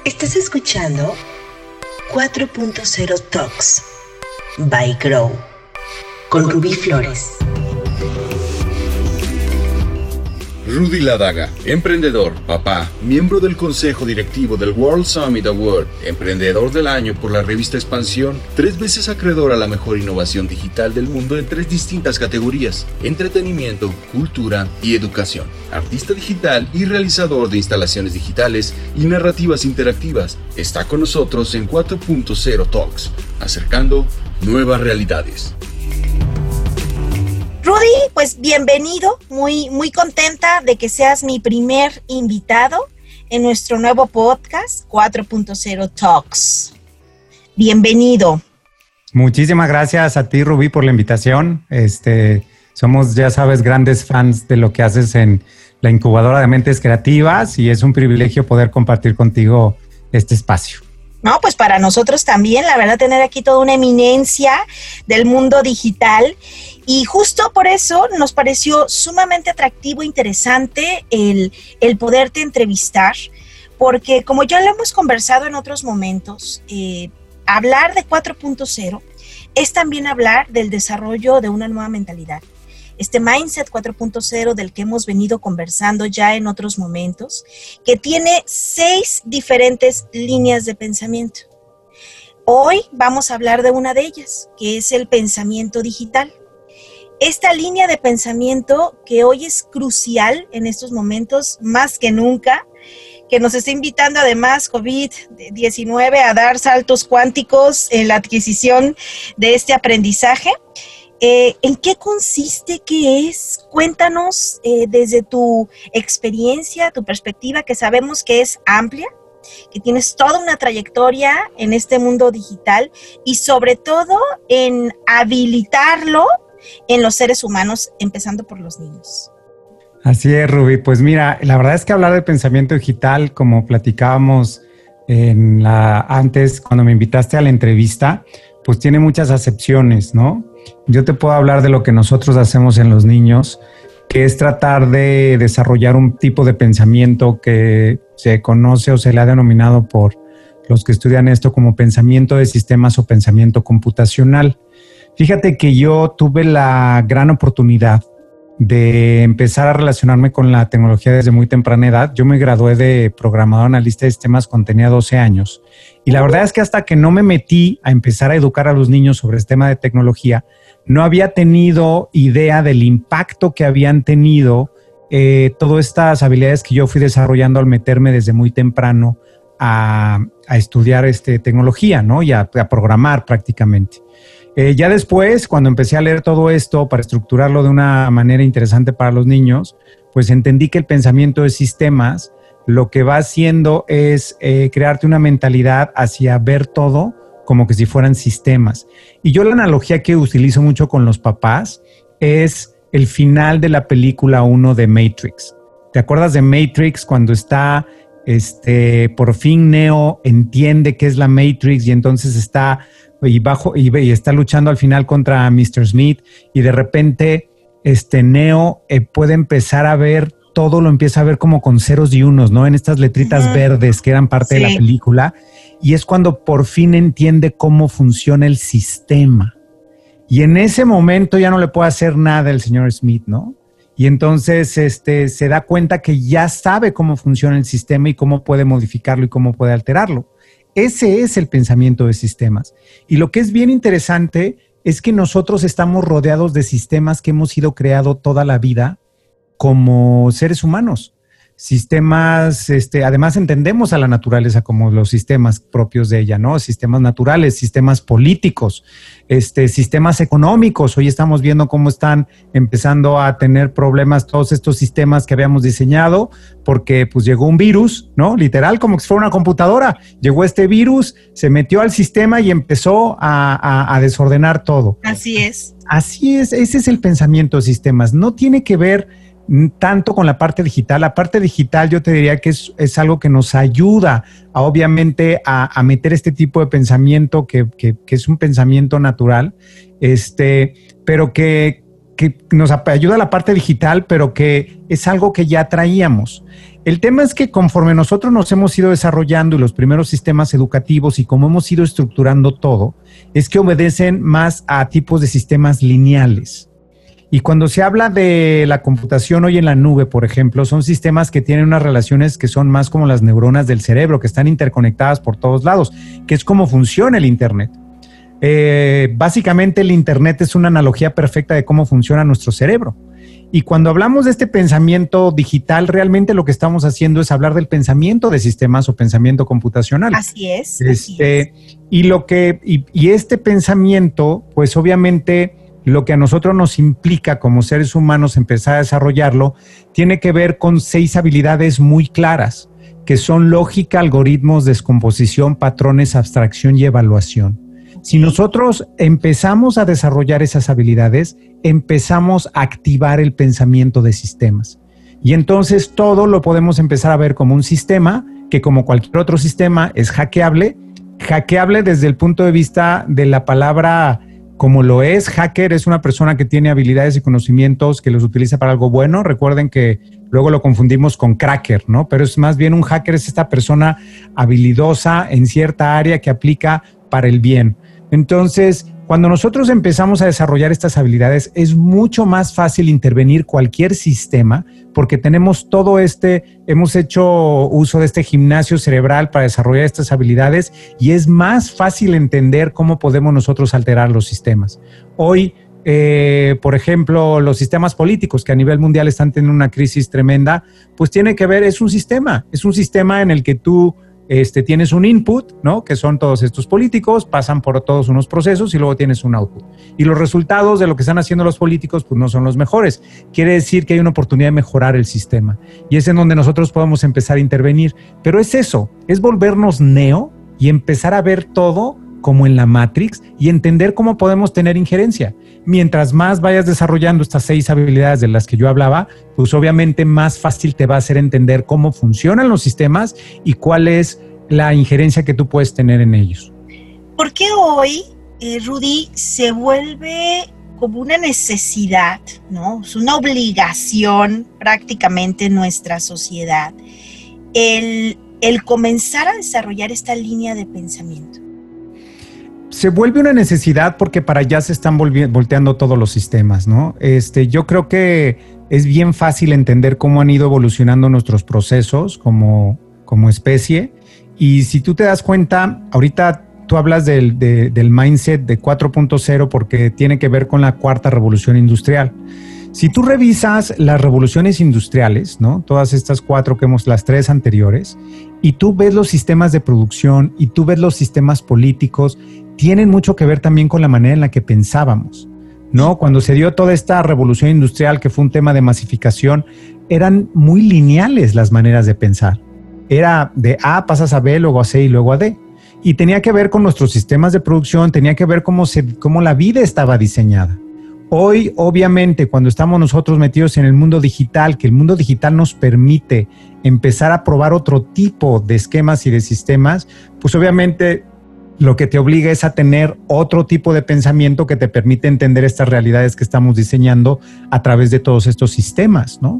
Estás escuchando 4.0 Talks by Grow con Rubí Flores. Rudy Ladaga, emprendedor, papá, miembro del consejo directivo del World Summit Award, emprendedor del año por la revista Expansión, 3 veces acreedor a la mejor innovación digital del mundo en 3 distintas categorías: entretenimiento, cultura y educación, artista digital y realizador de instalaciones digitales y narrativas interactivas. Está con nosotros en 4.0 Talks, acercando nuevas realidades. Rudy, pues bienvenido, muy contenta de que seas mi primer invitado en nuestro nuevo podcast 4.0 Talks. Bienvenido. Muchísimas gracias a ti, Rubí, por la invitación. Somos, ya sabes, grandes fans de lo que haces en la incubadora de mentes creativas y es un privilegio poder compartir contigo este espacio. No, pues para nosotros también, la verdad, tener aquí toda una eminencia del mundo digital. Y justo por eso nos pareció sumamente atractivo e interesante el poderte entrevistar, porque como ya lo hemos conversado en otros momentos, hablar de 4.0 es también hablar del desarrollo de una nueva mentalidad. Este Mindset 4.0 del que hemos venido conversando ya en otros momentos, que tiene 6 diferentes líneas de pensamiento. Hoy vamos a hablar de una de ellas, que es el pensamiento digital. Esta línea de pensamiento que hoy es crucial en estos momentos, más que nunca, que nos está invitando además COVID-19 a dar saltos cuánticos en la adquisición de este aprendizaje. ¿En qué consiste? ¿Qué es? Cuéntanos desde tu experiencia, tu perspectiva, que sabemos que es amplia, que tienes toda una trayectoria en este mundo digital y sobre todo en habilitarlo en los seres humanos, empezando por los niños. Así es, Rubí. Pues mira, la verdad es que hablar de pensamiento digital, como platicábamos antes cuando me invitaste a la entrevista, pues tiene muchas acepciones, ¿no? Yo te puedo hablar de lo que nosotros hacemos en los niños, que es tratar de desarrollar un tipo de pensamiento que se conoce o se le ha denominado por los que estudian esto como pensamiento de sistemas o pensamiento computacional. Fíjate que yo tuve la gran oportunidad de empezar a relacionarme con la tecnología desde muy temprana edad. Yo me gradué de programador analista de sistemas cuando tenía 12 años. Y la verdad es que hasta que no me metí a empezar a educar a los niños sobre el tema de tecnología, no había tenido idea del impacto que habían tenido todas estas habilidades que yo fui desarrollando al meterme desde muy temprano a estudiar tecnología, ¿no? Y a programar prácticamente. Ya después, cuando empecé a leer todo esto para estructurarlo de una manera interesante para los niños, pues entendí que el pensamiento de sistemas lo que va haciendo es crearte una mentalidad hacia ver todo como que si fueran sistemas. Y yo la analogía que utilizo mucho con los papás es el final de la película 1 de Matrix. ¿Te acuerdas de Matrix cuando está, por fin Neo entiende qué es la Matrix y entonces está y está luchando al final contra Mr. Smith y de repente Neo puede empezar a ver todo, lo empieza a ver como con ceros y unos, ¿no? En estas letritas verdes que eran parte de la película, y es cuando por fin entiende cómo funciona el sistema. Y en ese momento ya no le puede hacer nada el señor Smith, ¿no? Y entonces se da cuenta que ya sabe cómo funciona el sistema y cómo puede modificarlo y cómo puede alterarlo. Ese es el pensamiento de sistemas. Y lo que es bien interesante es que nosotros estamos rodeados de sistemas que hemos sido creados toda la vida como seres humanos. Sistemas, además entendemos a la naturaleza como los sistemas propios de ella, ¿no? Sistemas naturales, sistemas políticos, sistemas económicos. Hoy estamos viendo cómo están empezando a tener problemas todos estos sistemas que habíamos diseñado porque pues llegó un virus, ¿no? Literal, como si fuera una computadora. Llegó este virus, se metió al sistema y empezó a desordenar todo. Así es. Así es, ese es el pensamiento de sistemas. No tiene que ver tanto con la parte digital. La parte digital yo te diría que es algo que nos ayuda obviamente a meter este tipo de pensamiento que es un pensamiento natural, pero que nos ayuda a la parte digital, pero que es algo que ya traíamos. El tema es que conforme nosotros nos hemos ido desarrollando y los primeros sistemas educativos y como hemos ido estructurando todo, es que obedecen más a tipos de sistemas lineales. Y cuando se habla de la computación hoy en la nube, por ejemplo, son sistemas que tienen unas relaciones que son más como las neuronas del cerebro, que están interconectadas por todos lados, que es como funciona el Internet. Básicamente el Internet es una analogía perfecta de cómo funciona nuestro cerebro. Y cuando hablamos de este pensamiento digital, realmente lo que estamos haciendo es hablar del pensamiento de sistemas o pensamiento computacional. Así es. Así es. Y este pensamiento, pues obviamente lo que a nosotros nos implica como seres humanos empezar a desarrollarlo, tiene que ver con 6 habilidades muy claras, que son lógica, algoritmos, descomposición, patrones, abstracción y evaluación. Si nosotros empezamos a desarrollar esas habilidades, empezamos a activar el pensamiento de sistemas. Y entonces todo lo podemos empezar a ver como un sistema que, como cualquier otro sistema, es hackeable. Hackeable desde el punto de vista de la palabra como lo es. Hacker es una persona que tiene habilidades y conocimientos que los utiliza para algo bueno. Recuerden que luego lo confundimos con cracker, ¿no? Pero es más bien un hacker, es esta persona habilidosa en cierta área que aplica para el bien. Entonces, cuando nosotros empezamos a desarrollar estas habilidades, es mucho más fácil intervenir cualquier sistema porque tenemos hemos hecho uso de este gimnasio cerebral para desarrollar estas habilidades y es más fácil entender cómo podemos nosotros alterar los sistemas. Hoy, por ejemplo, los sistemas políticos que a nivel mundial están teniendo una crisis tremenda, pues tiene que ver, es un sistema en el que tú tienes un input, ¿no? Que son todos estos políticos, pasan por todos unos procesos y luego tienes un output. Y los resultados de lo que están haciendo los políticos pues no son los mejores. Quiere decir que hay una oportunidad de mejorar el sistema. Y es en donde nosotros podemos empezar a intervenir. Pero es eso, es volvernos Neo y empezar a ver todo como en la Matrix y entender cómo podemos tener injerencia. Mientras más vayas desarrollando estas 6 habilidades de las que yo hablaba, pues obviamente más fácil te va a hacer entender cómo funcionan los sistemas y cuál es la injerencia que tú puedes tener en ellos. ¿Por qué hoy, Rudy, se vuelve como una necesidad, ¿no? Es una obligación prácticamente en nuestra sociedad el comenzar a desarrollar esta línea de pensamiento? Se vuelve una necesidad porque para allá se están volteando todos los sistemas, ¿no? Yo creo que es bien fácil entender cómo han ido evolucionando nuestros procesos como especie. Y si tú te das cuenta, ahorita tú hablas del mindset de 4.0 porque tiene que ver con la 4ª revolución industrial. Si tú revisas las revoluciones industriales, ¿no? Todas estas 4 las 3 anteriores, y tú ves los sistemas de producción y tú ves los sistemas políticos, tienen mucho que ver también con la manera en la que pensábamos, ¿no? Cuando se dio toda esta revolución industrial, que fue un tema de masificación, eran muy lineales las maneras de pensar. Era de A pasas a B, luego a C y luego a D. Y tenía que ver con nuestros sistemas de producción, tenía que ver cómo la vida estaba diseñada. Hoy, obviamente, cuando estamos nosotros metidos en el mundo digital, que el mundo digital nos permite empezar a probar otro tipo de esquemas y de sistemas, pues obviamente lo que te obliga es a tener otro tipo de pensamiento que te permite entender estas realidades que estamos diseñando a través de todos estos sistemas, ¿no?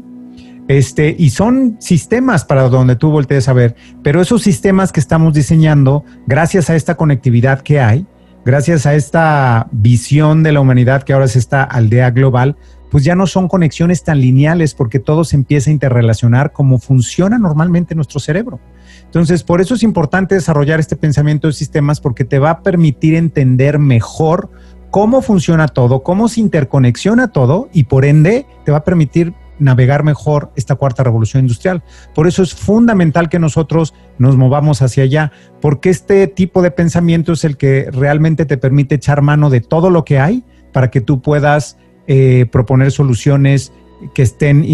Y son sistemas para donde tú voltees a ver, pero esos sistemas que estamos diseñando, gracias a esta conectividad que hay, gracias a esta visión de la humanidad que ahora es esta aldea global, pues ya no son conexiones tan lineales porque todo se empieza a interrelacionar como funciona normalmente nuestro cerebro. Entonces, por eso es importante desarrollar este pensamiento de sistemas porque te va a permitir entender mejor cómo funciona todo, cómo se interconexiona todo y por ende te va a permitir navegar mejor esta 4ª revolución industrial. Por eso es fundamental que nosotros nos movamos hacia allá, porque este tipo de pensamiento es el que realmente te permite echar mano de todo lo que hay para que tú puedas proponer soluciones que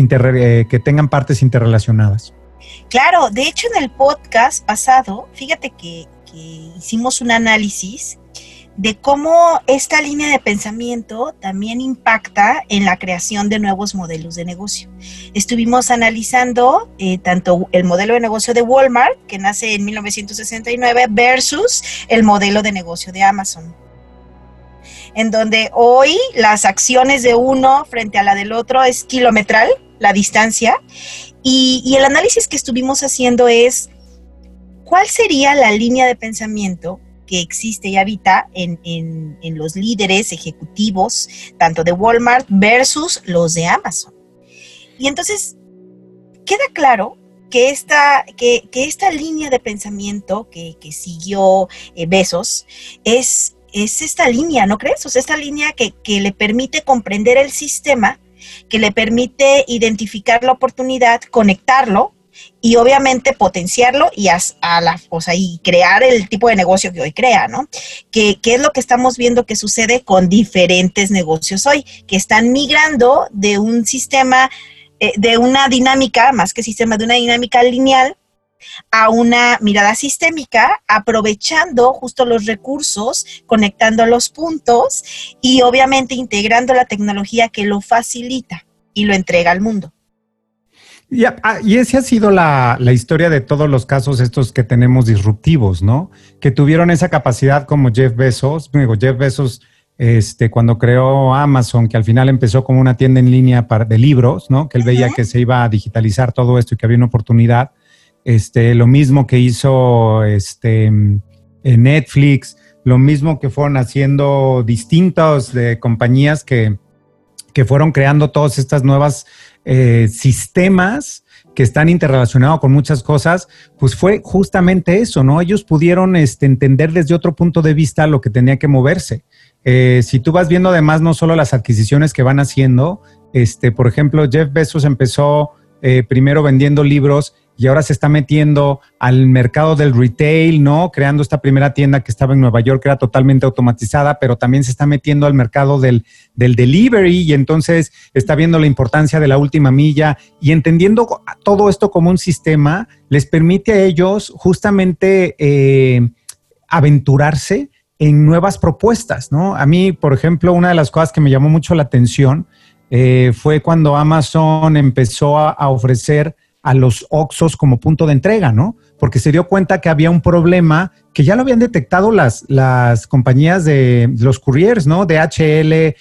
tengan partes interrelacionadas. Claro, de hecho en el podcast pasado, fíjate que hicimos un análisis de cómo esta línea de pensamiento también impacta en la creación de nuevos modelos de negocio. Estuvimos analizando tanto el modelo de negocio de Walmart, que nace en 1969, versus el modelo de negocio de Amazon, en donde hoy las acciones de uno frente a la del otro es kilometral, la distancia, Y el análisis que estuvimos haciendo es, ¿cuál sería la línea de pensamiento que existe y habita en los líderes ejecutivos, tanto de Walmart versus los de Amazon? Y entonces queda claro que esta línea de pensamiento que siguió Bezos es esta línea, ¿no crees? O sea, esta línea que le permite comprender el sistema, que le permite identificar la oportunidad, conectarlo y obviamente potenciarlo y y crear el tipo de negocio que hoy crea, ¿no? Que es lo que estamos viendo que sucede con diferentes negocios hoy, que están migrando de un sistema, de una dinámica, más que sistema, de una dinámica lineal a una mirada sistémica, aprovechando justo los recursos, conectando los puntos y obviamente integrando la tecnología que lo facilita y lo entrega al mundo. Y esa ha sido la historia de todos los casos estos que tenemos disruptivos, ¿no? Que tuvieron esa capacidad como Jeff Bezos, cuando creó Amazon, que al final empezó como una tienda en línea de libros, ¿no? Que él veía que se iba a digitalizar todo esto y que había una oportunidad. Lo mismo que hizo en Netflix, lo mismo que fueron haciendo distintas compañías que fueron creando todas estas nuevas sistemas que están interrelacionados con muchas cosas, pues fue justamente eso, ¿no? Ellos pudieron entender desde otro punto de vista lo que tenía que moverse. Si tú vas viendo además no solo las adquisiciones que van haciendo, por ejemplo, Jeff Bezos empezó primero vendiendo libros y ahora se está metiendo al mercado del retail, ¿no? Creando esta primera tienda que estaba en Nueva York, que era totalmente automatizada, pero también se está metiendo al mercado del delivery y entonces está viendo la importancia de la última milla y entendiendo todo esto como un sistema, les permite a ellos justamente aventurarse en nuevas propuestas, ¿no? A mí, por ejemplo, una de las cosas que me llamó mucho la atención fue cuando Amazon empezó a ofrecer a los Oxxos como punto de entrega, ¿no? Porque se dio cuenta que había un problema que ya lo habían detectado las compañías de los couriers, ¿no? DHL,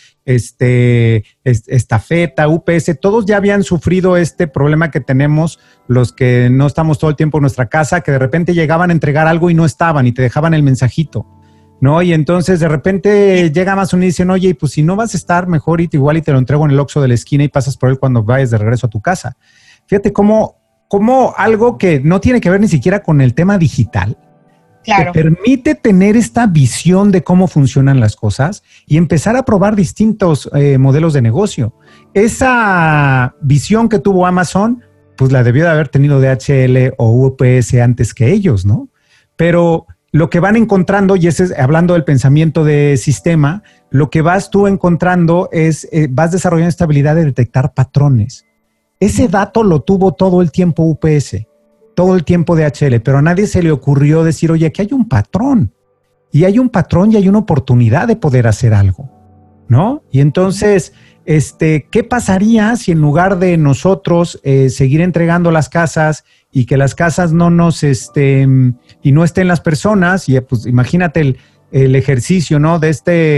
Estafeta, UPS, todos ya habían sufrido este problema que tenemos los que no estamos todo el tiempo en nuestra casa, que de repente llegaban a entregar algo y no estaban y te dejaban el mensajito, ¿no? Y entonces de repente llega Amazon y dicen, oye, pues si no vas a estar, mejor igual y te lo entrego en el Oxxo de la esquina y pasas por él cuando vayas de regreso a tu casa. Fíjate cómo algo que no tiene que ver ni siquiera con el tema digital, claro, te permite tener esta visión de cómo funcionan las cosas y empezar a probar distintos modelos de negocio. Esa visión que tuvo Amazon, pues la debió de haber tenido DHL o UPS antes que ellos, ¿no? Pero lo que van encontrando, y ese es, hablando del pensamiento de sistema, lo que vas tú encontrando es, vas desarrollando esta habilidad de detectar patrones. Ese dato lo tuvo todo el tiempo UPS, todo el tiempo DHL, pero a nadie se le ocurrió decir, oye, aquí hay un patrón. Y hay un patrón y hay una oportunidad de poder hacer algo, ¿no? Y entonces, ¿qué pasaría si en lugar de nosotros seguir entregando las casas y que las casas no nos, y no estén las personas? Y pues imagínate el ejercicio, ¿no? De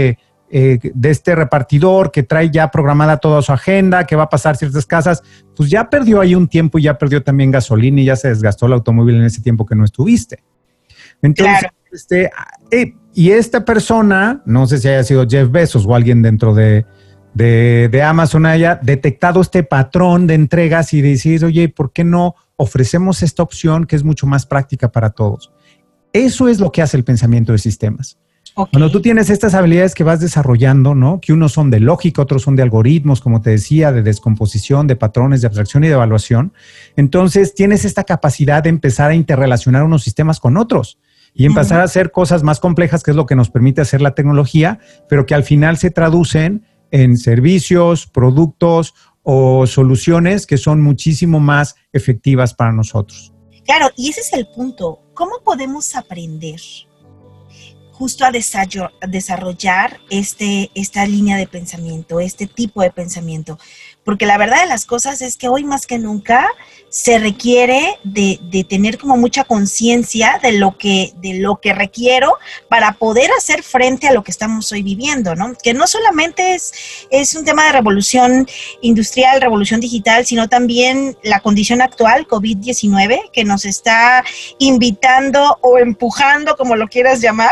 este repartidor que trae ya programada toda su agenda, que va a pasar ciertas casas, pues ya perdió ahí un tiempo y ya perdió también gasolina y ya se desgastó el automóvil en ese tiempo que no estuviste. Entonces, claro. Y esta persona, no sé si haya sido Jeff Bezos o alguien dentro de Amazon, haya detectado este patrón de entregas y decir, oye, ¿por qué no ofrecemos esta opción que es mucho más práctica para todos? Eso es lo que hace el pensamiento de sistemas. Okay. Cuando tú tienes estas habilidades que vas desarrollando, ¿no? Que unos son de lógica, otros son de algoritmos, como te decía, de descomposición, de patrones, de abstracción y de evaluación. Entonces tienes esta capacidad de empezar a interrelacionar unos sistemas con otros y empezar a hacer cosas más complejas, que es lo que nos permite hacer la tecnología, pero que al final se traducen en servicios, productos o soluciones que son muchísimo más efectivas para nosotros. Claro, y ese es el punto. ¿Cómo podemos aprender justo a desarrollar esta línea de pensamiento, este tipo de pensamiento? porque la verdad de las cosas es que hoy más que nunca se requiere de tener como mucha conciencia de lo que requiero para poder hacer frente a lo que estamos hoy viviendo, ¿no? Que no solamente es un tema de revolución industrial, revolución digital, sino también la condición actual, COVID-19, que nos está invitando o empujando, como lo quieras llamar,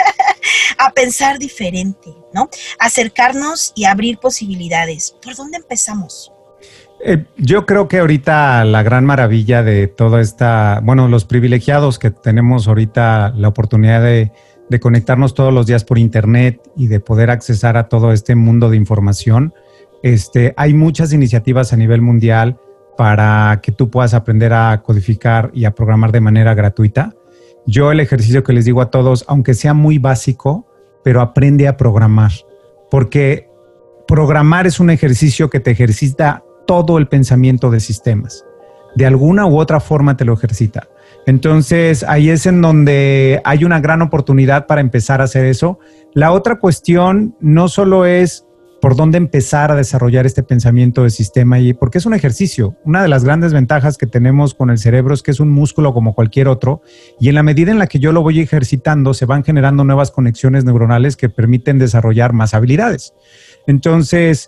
a pensar diferente, ¿no? Acercarnos y abrir posibilidades. ¿Por dónde empezamos? Yo creo que ahorita la gran maravilla de toda esta, bueno, los privilegiados que tenemos ahorita la oportunidad de conectarnos todos los días por internet y de poder accesar a todo este mundo de información, hay muchas iniciativas a nivel mundial para que tú puedas aprender a codificar y a programar de manera gratuita. Yo el ejercicio que les digo a todos, aunque sea muy básico, pero aprende a programar, porque programar es un ejercicio que te ejercita todo el pensamiento de sistemas. De alguna u otra forma te lo ejercita. Entonces, ahí es en donde hay una gran oportunidad para empezar a hacer eso. La otra cuestión no solo es por dónde empezar a desarrollar este pensamiento de sistema, y porque es un ejercicio. Una de las grandes ventajas que tenemos con el cerebro es que es un músculo como cualquier otro, y en la medida en la que yo lo voy ejercitando, se van generando nuevas conexiones neuronales que permiten desarrollar más habilidades. Entonces,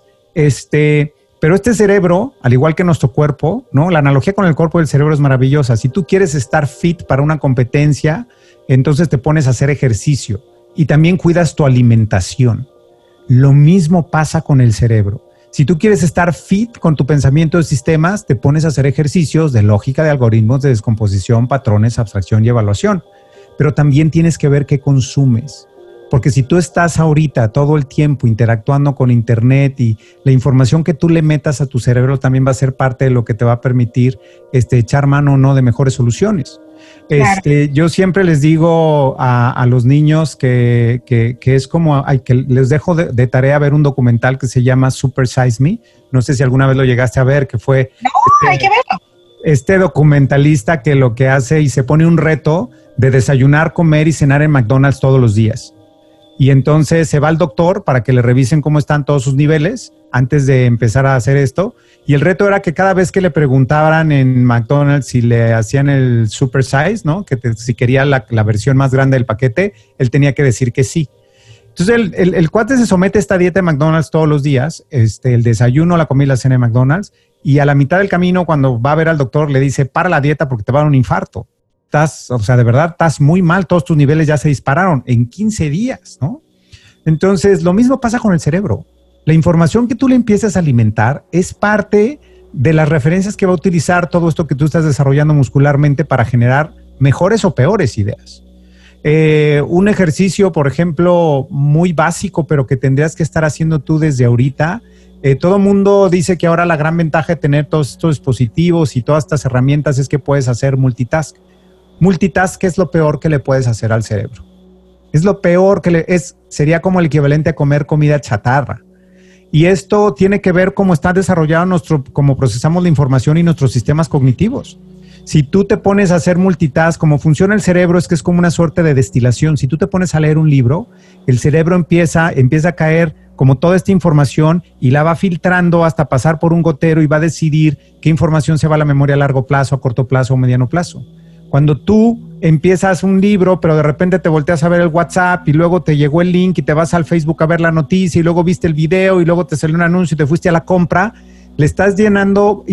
pero este cerebro, al igual que nuestro cuerpo, ¿no? La analogía con el cuerpo y el cerebro es maravillosa. Si tú quieres estar fit para una competencia, entonces te pones a hacer ejercicio y también cuidas tu alimentación. Lo mismo pasa con el cerebro. Si tú quieres estar fit con tu pensamiento de sistemas, te pones a hacer ejercicios de lógica, de algoritmos, de descomposición, patrones, abstracción y evaluación. Pero también tienes que ver qué consumes. Porque si tú estás ahorita todo el tiempo interactuando con internet y la información que tú le metas a tu cerebro también va a ser parte de lo que te va a permitir echar mano o no de mejores soluciones. Claro. Yo siempre les digo a los niños que es como, que les dejo de tarea ver un documental que se llama Super Size Me. No sé si alguna vez lo llegaste a ver, que fue... No, hay que verlo. Este documentalista que lo que hace y se pone un reto de desayunar, comer y cenar en McDonald's todos los días. Y entonces se va al doctor para que le revisen cómo están todos sus niveles antes de empezar a hacer esto. Y el reto era que cada vez que le preguntaban en McDonald's si le hacían el super size, ¿no? Si quería la versión más grande del paquete, él tenía que decir que sí. Entonces el cuate se somete a esta dieta de McDonald's todos los días, el desayuno, la comida y la cena de McDonald's, y a la mitad del camino, cuando va a ver al doctor, le dice, para la dieta porque te va a dar un infarto. De verdad, estás muy mal, todos tus niveles ya se dispararon en 15 días, ¿no? Entonces, lo mismo pasa con el cerebro. La información que tú le empiezas a alimentar es parte de las referencias que va a utilizar todo esto que tú estás desarrollando muscularmente para generar mejores o peores ideas. Un ejercicio, por ejemplo, muy básico, pero que tendrías que estar haciendo tú desde ahorita. Todo el mundo dice que ahora la gran ventaja de tener todos estos dispositivos y todas estas herramientas es que puedes hacer multitask. Multitask es lo peor que le puedes hacer al cerebro. Es lo peor sería como el equivalente a comer comida chatarra. Y esto tiene que ver cómo está desarrollado cómo procesamos la información y nuestros sistemas cognitivos. Si tú te pones a hacer multitask, como funciona el cerebro es que es como una suerte de destilación. Si tú te pones a leer un libro, el cerebro empieza a caer como toda esta información y la va filtrando hasta pasar por un gotero y va a decidir qué información se va a la memoria a largo plazo, a corto plazo o mediano plazo. Cuando tú empiezas un libro, pero de repente te volteas a ver el WhatsApp y luego te llegó el link y te vas al Facebook a ver la noticia y luego viste el video y luego te salió un anuncio y te fuiste a la compra, no estás llenando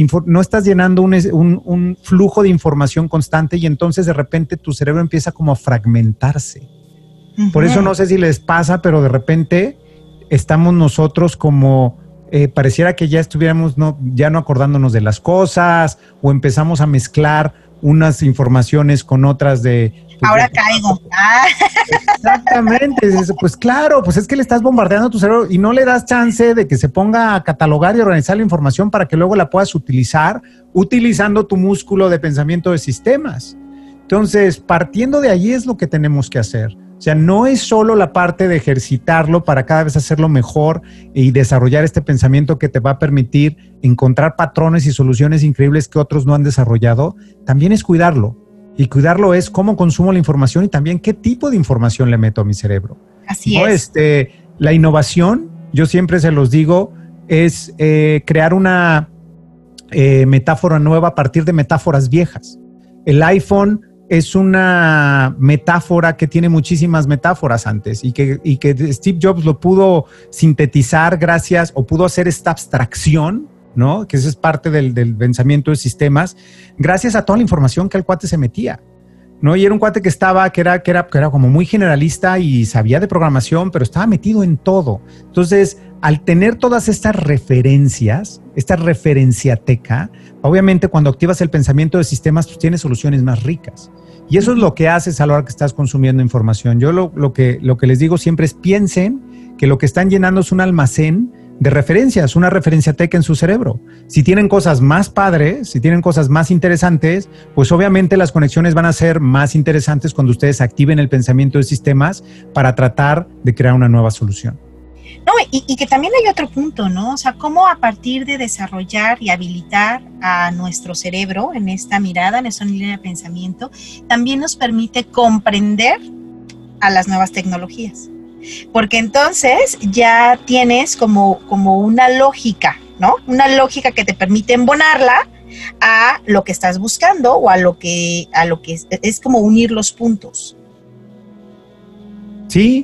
un flujo de información constante y entonces de repente tu cerebro empieza como a fragmentarse. Uh-huh. Por eso no sé si les pasa, pero de repente estamos nosotros como... pareciera que ya estuviéramos ya no acordándonos de las cosas o empezamos a mezclar unas informaciones con otras ahora caigo. Exactamente. Pues claro, pues es que le estás bombardeando a tu cerebro y no le das chance de que se ponga a catalogar y organizar la información para que luego la puedas utilizar utilizando tu músculo de pensamiento de sistemas. Entonces, partiendo de ahí es lo que tenemos que hacer. O sea, no es solo la parte de ejercitarlo para cada vez hacerlo mejor y desarrollar este pensamiento que te va a permitir encontrar patrones y soluciones increíbles que otros no han desarrollado. También es cuidarlo. Y cuidarlo es cómo consumo la información y también qué tipo de información le meto a mi cerebro. Así es. La innovación, yo siempre se los digo, es crear una metáfora nueva a partir de metáforas viejas. El iPhone es una metáfora que tiene muchísimas metáforas antes y que Steve Jobs lo pudo sintetizar gracias, o pudo hacer esta abstracción, ¿no? Que eso es parte del pensamiento de sistemas, gracias a toda la información que el cuate se metía, ¿no? Y era un cuate que era como muy generalista y sabía de programación, pero estaba metido en todo. Entonces, al tener todas estas referencias, esta referenciateca, obviamente cuando activas el pensamiento de sistemas, pues tienes soluciones más ricas. Y eso es lo que haces a la hora que estás consumiendo información. Yo lo que les digo siempre es: piensen que lo que están llenando es un almacén de referencias, una referenciateca en su cerebro. Si tienen cosas más padres, si tienen cosas más interesantes, pues obviamente las conexiones van a ser más interesantes cuando ustedes activen el pensamiento de sistemas para tratar de crear una nueva solución. No, y que también hay otro punto, ¿no? O sea, cómo a partir de desarrollar y habilitar a nuestro cerebro en esta mirada, en esta línea de pensamiento, también nos permite comprender a las nuevas tecnologías. Porque entonces ya tienes como una lógica, ¿no? Una lógica que te permite embonarla a lo que estás buscando o a lo que es como unir los puntos. Sí,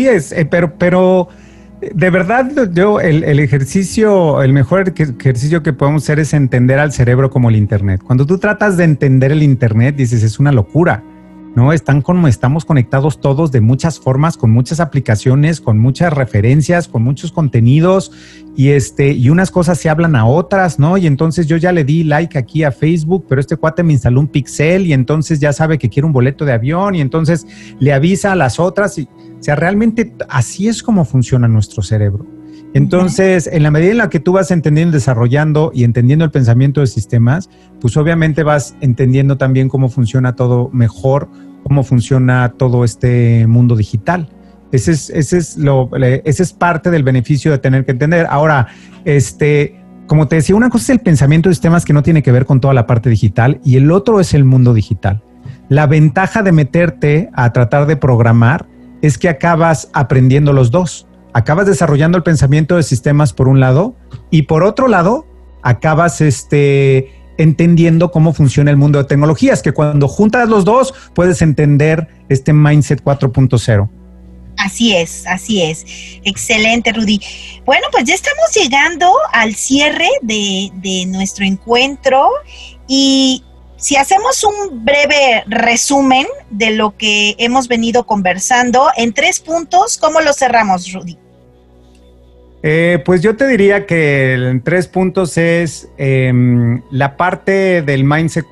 pero de verdad, el ejercicio, el mejor ejercicio que podemos hacer es entender al cerebro como el Internet. Cuando tú tratas de entender el Internet, dices, es una locura, ¿no? Estamos conectados todos de muchas formas, con muchas aplicaciones, con muchas referencias, con muchos contenidos, y unas cosas se hablan a otras, ¿no? Y entonces yo ya le di like aquí a Facebook, pero este cuate me instaló un pixel y entonces ya sabe que quiere un boleto de avión y entonces le avisa a las otras. O sea, realmente así es como funciona nuestro cerebro. Entonces, en la medida en la que tú vas entendiendo, desarrollando y entendiendo el pensamiento de sistemas, pues obviamente vas entendiendo también cómo funciona todo mejor, cómo funciona todo este mundo digital. Ese es parte del beneficio de tener que entender. Ahora, como te decía, una cosa es el pensamiento de sistemas que no tiene que ver con toda la parte digital y el otro es el mundo digital. La ventaja de meterte a tratar de programar es que acabas aprendiendo los dos. Acabas desarrollando el pensamiento de sistemas por un lado y por otro lado acabas entendiendo cómo funciona el mundo de tecnologías, que cuando juntas los dos puedes entender este Mindset 4.0. Así es. Excelente, Rudy. Bueno, pues ya estamos llegando al cierre de nuestro encuentro y si hacemos un breve resumen de lo que hemos venido conversando en 3 puntos, ¿cómo lo cerramos, Rudy? Pues yo te diría que en 3 puntos es la parte del Mindset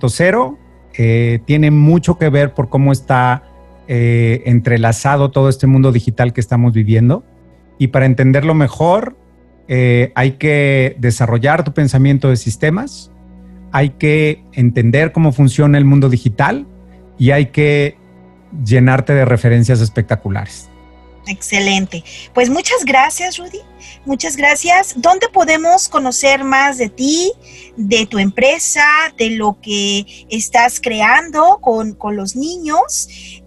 4.0. Tiene mucho que ver por cómo está entrelazado todo este mundo digital que estamos viviendo. Y para entenderlo mejor, hay que desarrollar tu pensamiento de sistemas, hay que entender cómo funciona el mundo digital y hay que llenarte de referencias espectaculares. Excelente. Pues muchas gracias, Rudy. Muchas gracias. ¿Dónde podemos conocer más de ti, de tu empresa, de lo que estás creando con los niños?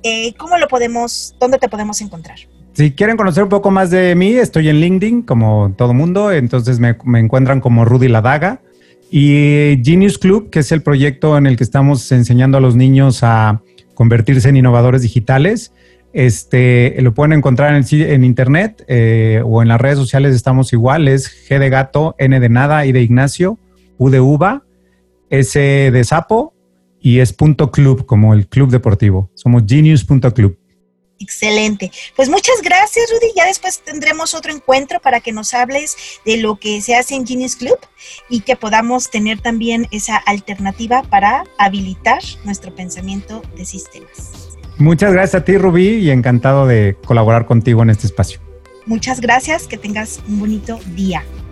¿Dónde te podemos encontrar? Si quieren conocer un poco más de mí, estoy en LinkedIn, como todo mundo. Entonces me encuentran como Rudy La Daga. Y Genius Club, que es el proyecto en el que estamos enseñando a los niños a convertirse en innovadores digitales. Lo pueden encontrar en internet o en las redes sociales. Estamos iguales: G de gato, N de nada, I de Ignacio, U de uva, S de sapo y es .club, como el club deportivo. Somos genius.club. Excelente. Pues muchas gracias, Rudy. Ya después tendremos otro encuentro para que nos hables de lo que se hace en Genius Club y que podamos tener también esa alternativa para habilitar nuestro pensamiento de sistemas. Muchas gracias a ti, Rubí, y encantado de colaborar contigo en este espacio. Muchas gracias. Que tengas un bonito día.